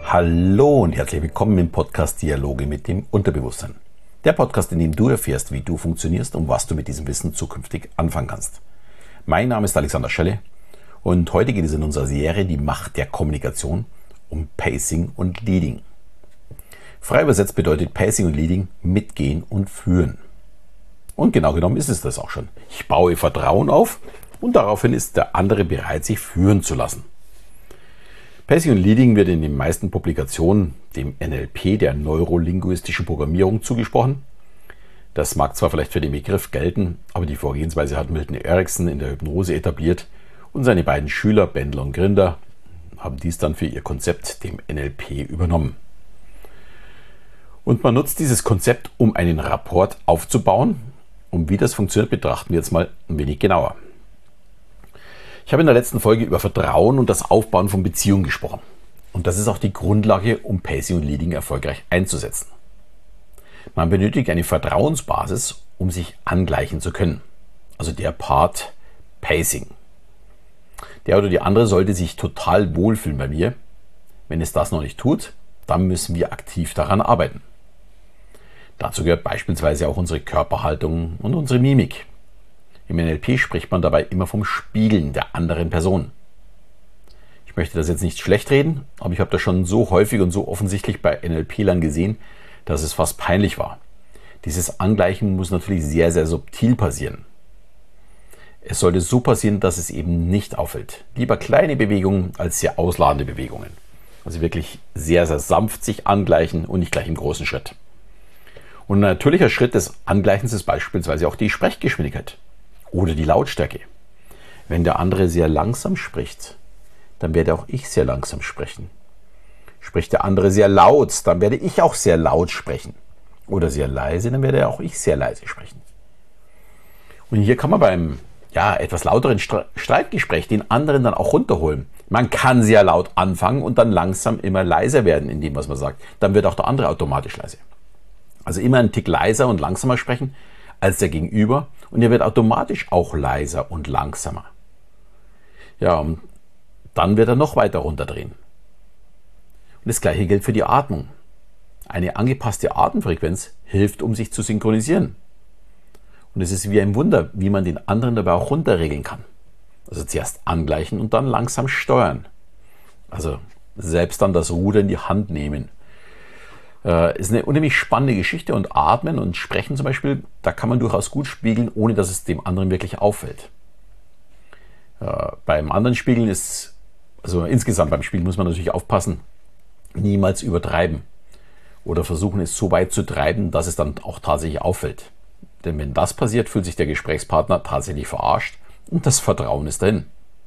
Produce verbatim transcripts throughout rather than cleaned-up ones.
Hallo und herzlich willkommen im Podcast Dialoge mit dem Unterbewusstsein. Der Podcast, in dem du erfährst, wie du funktionierst und was du mit diesem Wissen zukünftig anfangen kannst. Mein Name ist Alexander Schelle und heute geht es in unserer Serie Die Macht der Kommunikation um Pacing und Leading. Frei übersetzt bedeutet Pacing und Leading mitgehen und führen. Und genau genommen ist es das auch schon. Ich baue Vertrauen auf und daraufhin ist der andere bereit, sich führen zu lassen. Pacing und Leading wird in den meisten Publikationen dem N L P, der neurolinguistischen Programmierung, zugesprochen. Das mag zwar vielleicht für den Begriff gelten, aber die Vorgehensweise hat Milton Erickson in der Hypnose etabliert und seine beiden Schüler Bandler und Grinder haben dies dann für ihr Konzept, dem N L P, übernommen. Und man nutzt dieses Konzept, um einen Rapport aufzubauen. Und wie das funktioniert, betrachten wir jetzt mal ein wenig genauer. Ich habe in der letzten Folge über Vertrauen und das Aufbauen von Beziehungen gesprochen. Und das ist auch die Grundlage, um Pacing und Leading erfolgreich einzusetzen. Man benötigt eine Vertrauensbasis, um sich angleichen zu können. Also der Part Pacing. Der oder die andere sollte sich total wohlfühlen bei mir. Wenn es das noch nicht tut, dann müssen wir aktiv daran arbeiten. Dazu gehört beispielsweise auch unsere Körperhaltung und unsere Mimik. Im N L P spricht man dabei immer vom Spiegeln der anderen Person. Ich möchte das jetzt nicht schlecht reden, aber ich habe das schon so häufig und so offensichtlich bei N L P-Lern gesehen, dass es fast peinlich war. Dieses Angleichen muss natürlich sehr, sehr subtil passieren. Es sollte so passieren, dass es eben nicht auffällt. Lieber kleine Bewegungen als sehr ausladende Bewegungen. Also wirklich sehr, sehr sanft sich angleichen und nicht gleich im großen Schritt. Und ein natürlicher Schritt des Angleichens ist beispielsweise auch die Sprechgeschwindigkeit. Oder die Lautstärke. Wenn der andere sehr langsam spricht, dann werde auch ich sehr langsam sprechen. Spricht der andere sehr laut, dann werde ich auch sehr laut sprechen. Oder sehr leise, dann werde auch ich sehr leise sprechen. Und hier kann man beim ja, etwas lauteren Streitgespräch den anderen dann auch runterholen. Man kann sehr laut anfangen und dann langsam immer leiser werden in dem, was man sagt. Dann wird auch der andere automatisch leise. Also immer einen Tick leiser und langsamer sprechen als der Gegenüber und er wird automatisch auch leiser und langsamer. Ja, und dann wird er noch weiter runterdrehen. Und das gleiche gilt für die Atmung. Eine angepasste Atemfrequenz hilft, um sich zu synchronisieren. Und es ist wie ein Wunder, wie man den anderen dabei auch runterregeln kann. Also zuerst angleichen und dann langsam steuern. Also selbst dann das Ruder in die Hand nehmen. Äh, ist eine unheimlich spannende Geschichte und Atmen und Sprechen zum Beispiel, da kann man durchaus gut spiegeln, ohne dass es dem anderen wirklich auffällt. Äh, beim anderen Spiegeln ist, also insgesamt beim Spielen muss man natürlich aufpassen, niemals übertreiben oder versuchen es so weit zu treiben, dass es dann auch tatsächlich auffällt. Denn wenn das passiert, fühlt sich der Gesprächspartner tatsächlich verarscht und das Vertrauen ist dahin.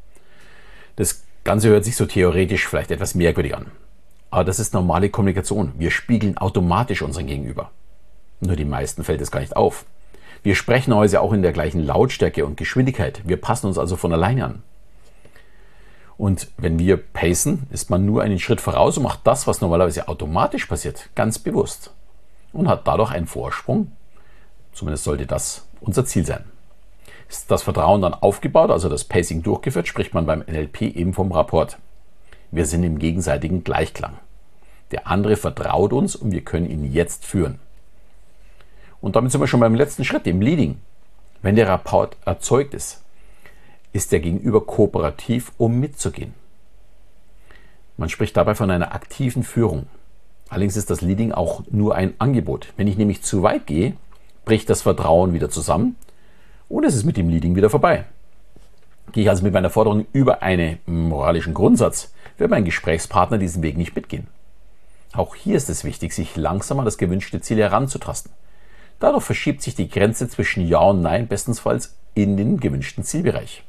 Das Ganze hört sich so theoretisch vielleicht etwas merkwürdig an. Aber das ist normale Kommunikation. Wir spiegeln automatisch unseren Gegenüber. Nur den meisten fällt es gar nicht auf. Wir sprechen heute auch in der gleichen Lautstärke und Geschwindigkeit. Wir passen uns also von alleine an. Und wenn wir pacen, ist man nur einen Schritt voraus und macht das, was normalerweise automatisch passiert, ganz bewusst. Und hat dadurch einen Vorsprung. Zumindest sollte das unser Ziel sein. Ist das Vertrauen dann aufgebaut, also das Pacing durchgeführt, spricht man beim N L P eben vom Rapport. Wir sind im gegenseitigen Gleichklang. Der andere vertraut uns und wir können ihn jetzt führen. Und damit sind wir schon beim letzten Schritt, dem Leading. Wenn der Rapport erzeugt ist, ist der Gegenüber kooperativ, um mitzugehen. Man spricht dabei von einer aktiven Führung. Allerdings ist das Leading auch nur ein Angebot. Wenn ich nämlich zu weit gehe, bricht das Vertrauen wieder zusammen und es ist mit dem Leading wieder vorbei. Gehe ich also mit meiner Forderung über einen moralischen Grundsatz, wird mein Gesprächspartner diesen Weg nicht mitgehen. Auch hier ist es wichtig, sich langsam an das gewünschte Ziel heranzutasten. Dadurch verschiebt sich die Grenze zwischen Ja und Nein bestenfalls in den gewünschten Zielbereich.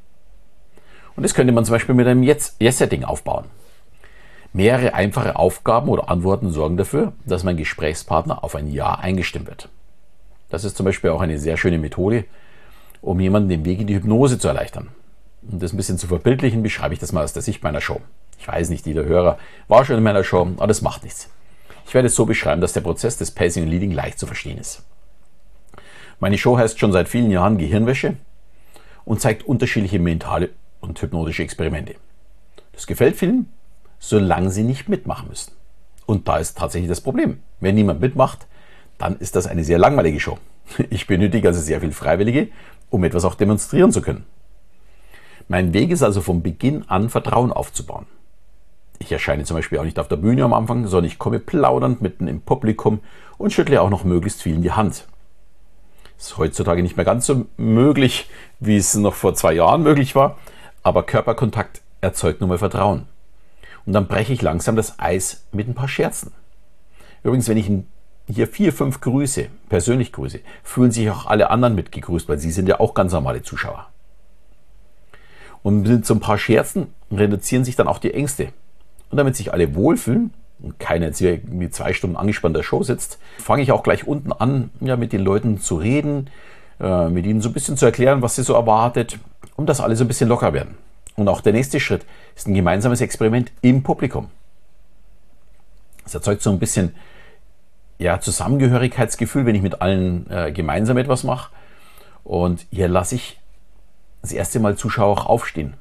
Und das könnte man zum Beispiel mit einem Yes-Setting aufbauen. Mehrere einfache Aufgaben oder Antworten sorgen dafür, dass mein Gesprächspartner auf ein Ja eingestimmt wird. Das ist zum Beispiel auch eine sehr schöne Methode, um jemanden den Weg in die Hypnose zu erleichtern. Um das ein bisschen zu verbildlichen, beschreibe ich das mal aus der Sicht meiner Show. Ich weiß nicht, jeder Hörer war schon in meiner Show, aber das macht nichts. Ich werde es so beschreiben, dass der Prozess des Pacing und Leading leicht zu verstehen ist. Meine Show heißt schon seit vielen Jahren Gehirnwäsche und zeigt unterschiedliche mentale und hypnotische Experimente. Das gefällt vielen, solange sie nicht mitmachen müssen. Und da ist tatsächlich das Problem. Wenn niemand mitmacht, dann ist das eine sehr langweilige Show. Ich benötige also sehr viel Freiwillige, um etwas auch demonstrieren zu können. Mein Weg ist also von Beginn an, Vertrauen aufzubauen. Ich erscheine zum Beispiel auch nicht auf der Bühne am Anfang, sondern ich komme plaudernd mitten im Publikum und schüttle auch noch möglichst vielen die Hand. Das ist heutzutage nicht mehr ganz so möglich, wie es noch vor zwei Jahren möglich war, aber Körperkontakt erzeugt nun mal Vertrauen. Und dann breche ich langsam das Eis mit ein paar Scherzen. Übrigens, wenn ich hier vier, fünf Grüße, persönlich grüße, fühlen sich auch alle anderen mit gegrüßt, weil sie sind ja auch ganz normale Zuschauer. Und mit so ein paar Scherzen reduzieren sich dann auch die Ängste. Und damit sich alle wohlfühlen und keiner jetzt hier irgendwie zwei Stunden angespannt in der Show sitzt, fange ich auch gleich unten an, ja, mit den Leuten zu reden, äh, mit ihnen so ein bisschen zu erklären, was sie so erwartet, um dass alle so ein bisschen locker werden. Und auch der nächste Schritt ist ein gemeinsames Experiment im Publikum. Es erzeugt so ein bisschen ja, Zusammengehörigkeitsgefühl, wenn ich mit allen äh, gemeinsam etwas mache. Und hier lasse ich das erste Mal Zuschauer auch aufstehen.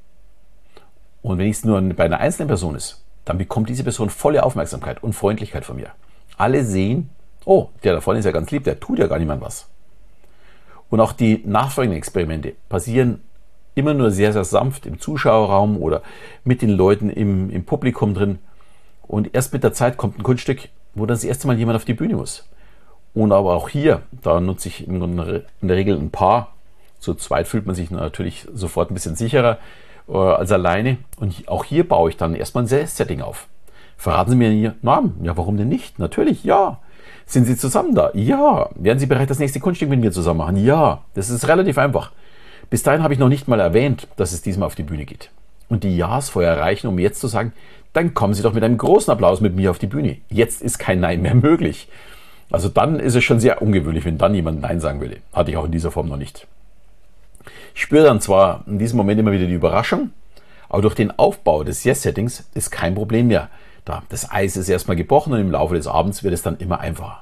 Und wenn es nur bei einer einzelnen Person ist, dann bekommt diese Person volle Aufmerksamkeit und Freundlichkeit von mir. Alle sehen, oh, der da vorne ist ja ganz lieb, der tut ja gar niemand was. Und auch die nachfolgenden Experimente passieren immer nur sehr, sehr sanft im Zuschauerraum oder mit den Leuten im, im Publikum drin. Und erst mit der Zeit kommt ein Kunststück, wo das erste Mal jemand auf die Bühne muss. Und aber auch hier, da nutze ich in der Regel ein Paar. Zu zweit fühlt man sich natürlich sofort ein bisschen sicherer äh, als alleine. Und auch hier baue ich dann erstmal ein Setting auf. Verraten Sie mir Ihren Namen? Ja, warum denn nicht? Natürlich, ja. Sind Sie zusammen da? Ja. Wären Sie bereit, das nächste Kunststück mit mir zusammen machen? Ja. Das ist relativ einfach. Bis dahin habe ich noch nicht mal erwähnt, dass es diesmal auf die Bühne geht. Und die Ja's vorher reichen, um jetzt zu sagen, dann kommen Sie doch mit einem großen Applaus mit mir auf die Bühne. Jetzt ist kein Nein mehr möglich. Also dann ist es schon sehr ungewöhnlich, wenn dann jemand Nein sagen würde. Hatte ich auch in dieser Form noch nicht. Ich spüre dann zwar in diesem Moment immer wieder die Überraschung, aber durch den Aufbau des Yes-Settings ist kein Problem mehr da. Das Eis ist erstmal gebrochen und im Laufe des Abends wird es dann immer einfacher.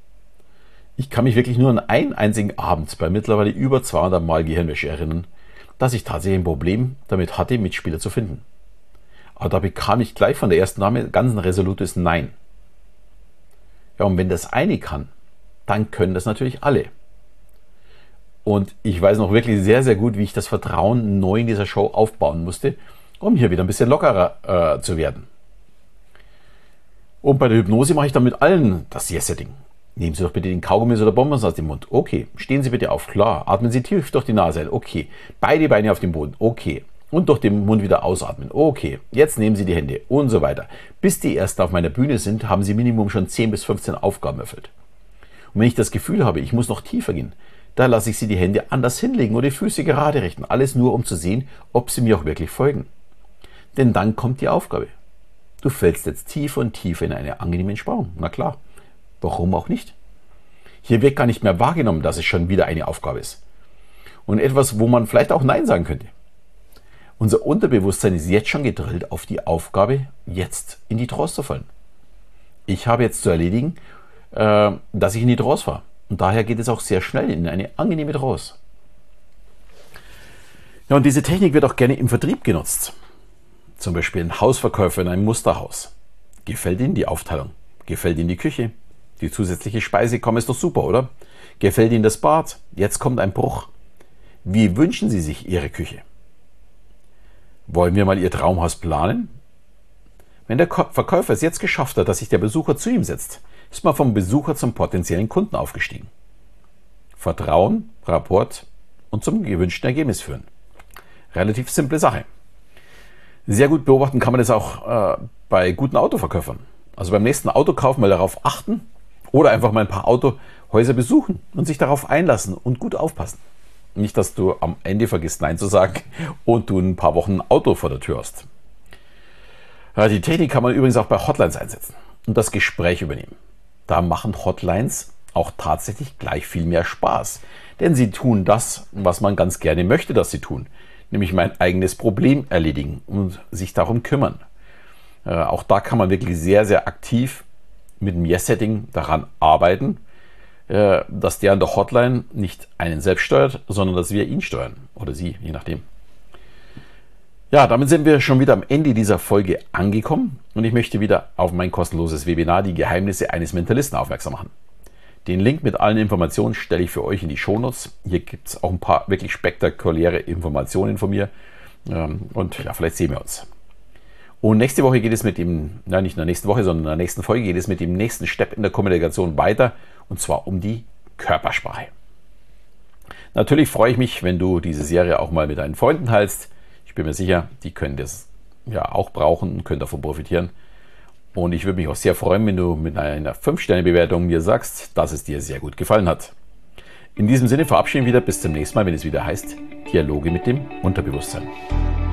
Ich kann mich wirklich nur an einen einzigen Abend bei mittlerweile über zweihundert Mal Gehirnwäsche erinnern, dass ich tatsächlich ein Problem damit hatte, Mitspieler zu finden. Aber da bekam ich gleich von der ersten Dame ganz ein resolutes Nein. Ja, und wenn das eine kann, dann können das natürlich alle. Und ich weiß noch wirklich sehr, sehr gut, wie ich das Vertrauen neu in dieser Show aufbauen musste, um hier wieder ein bisschen lockerer äh, zu werden. Und bei der Hypnose mache ich dann mit allen das Yes-Setting. Nehmen Sie doch bitte den Kaugummis oder Bonbons aus dem Mund. Okay. Stehen Sie bitte auf. Klar. Atmen Sie tief durch die Nase ein. Okay. Beide Beine auf dem Boden. Okay. Und durch den Mund wieder ausatmen. Okay. Jetzt nehmen Sie die Hände und so weiter. Bis die ersten auf meiner Bühne sind, haben Sie Minimum schon zehn bis fünfzehn Aufgaben erfüllt. Und wenn ich das Gefühl habe, ich muss noch tiefer gehen, da lasse ich Sie die Hände anders hinlegen oder die Füße gerade richten. Alles nur, um zu sehen, ob Sie mir auch wirklich folgen. Denn dann kommt die Aufgabe. Du fällst jetzt tiefer und tiefer in eine angenehme Entspannung. Na klar. Warum auch nicht? Hier wird gar nicht mehr wahrgenommen, dass es schon wieder eine Aufgabe ist. Und etwas, wo man vielleicht auch Nein sagen könnte. Unser Unterbewusstsein ist jetzt schon gedrillt auf die Aufgabe, jetzt in die Trance zu fallen. Ich habe jetzt zu erledigen, äh, dass ich in die Trance fahre. Und daher geht es auch sehr schnell in eine angenehme Trance. Ja, und diese Technik wird auch gerne im Vertrieb genutzt. Zum Beispiel ein Hausverkäufer in einem Musterhaus. Gefällt Ihnen die Aufteilung? Gefällt Ihnen die Küche? Die zusätzliche Speise, komm, ist doch super, oder? Gefällt Ihnen das Bad? Jetzt kommt ein Bruch. Wie wünschen Sie sich Ihre Küche? Wollen wir mal Ihr Traumhaus planen? Wenn der Verkäufer es jetzt geschafft hat, dass sich der Besucher zu ihm setzt, ist man vom Besucher zum potenziellen Kunden aufgestiegen. Vertrauen, Rapport und zum gewünschten Ergebnis führen. Relativ simple Sache. Sehr gut beobachten kann man das auch äh, bei guten Autoverkäufern. Also beim nächsten Autokauf mal darauf achten oder einfach mal ein paar Autohäuser besuchen und sich darauf einlassen und gut aufpassen. Nicht, dass du am Ende vergisst, Nein zu sagen und du ein paar Wochen ein Auto vor der Tür hast. Die Technik kann man übrigens auch bei Hotlines einsetzen und das Gespräch übernehmen. Da machen Hotlines auch tatsächlich gleich viel mehr Spaß, denn sie tun das, was man ganz gerne möchte, dass sie tun, nämlich mein eigenes Problem erledigen und sich darum kümmern. Äh, auch da kann man wirklich sehr, sehr aktiv mit dem Yes-Setting daran arbeiten, äh, dass der an der Hotline nicht einen selbst steuert, sondern dass wir ihn steuern oder sie, je nachdem. Ja, damit sind wir schon wieder am Ende dieser Folge angekommen und ich möchte wieder auf mein kostenloses Webinar Die Geheimnisse eines Mentalisten aufmerksam machen. Den Link mit allen Informationen stelle ich für euch in die Shownotes. Hier gibt es auch ein paar wirklich spektakuläre Informationen von mir und ja, vielleicht sehen wir uns. Und nächste Woche geht es mit dem, nein, nicht in der nächsten Woche, sondern in der nächsten Folge geht es mit dem nächsten Step in der Kommunikation weiter und zwar um die Körpersprache. Natürlich freue ich mich, wenn du diese Serie auch mal mit deinen Freunden teilst. Ich bin mir sicher, die können das ja auch brauchen und können davon profitieren. Und ich würde mich auch sehr freuen, wenn du mit einer fünf Sterne Bewertung mir sagst, dass es dir sehr gut gefallen hat. In diesem Sinne verabschieden wir wieder bis zum nächsten Mal, wenn es wieder heißt Dialoge mit dem Unterbewusstsein.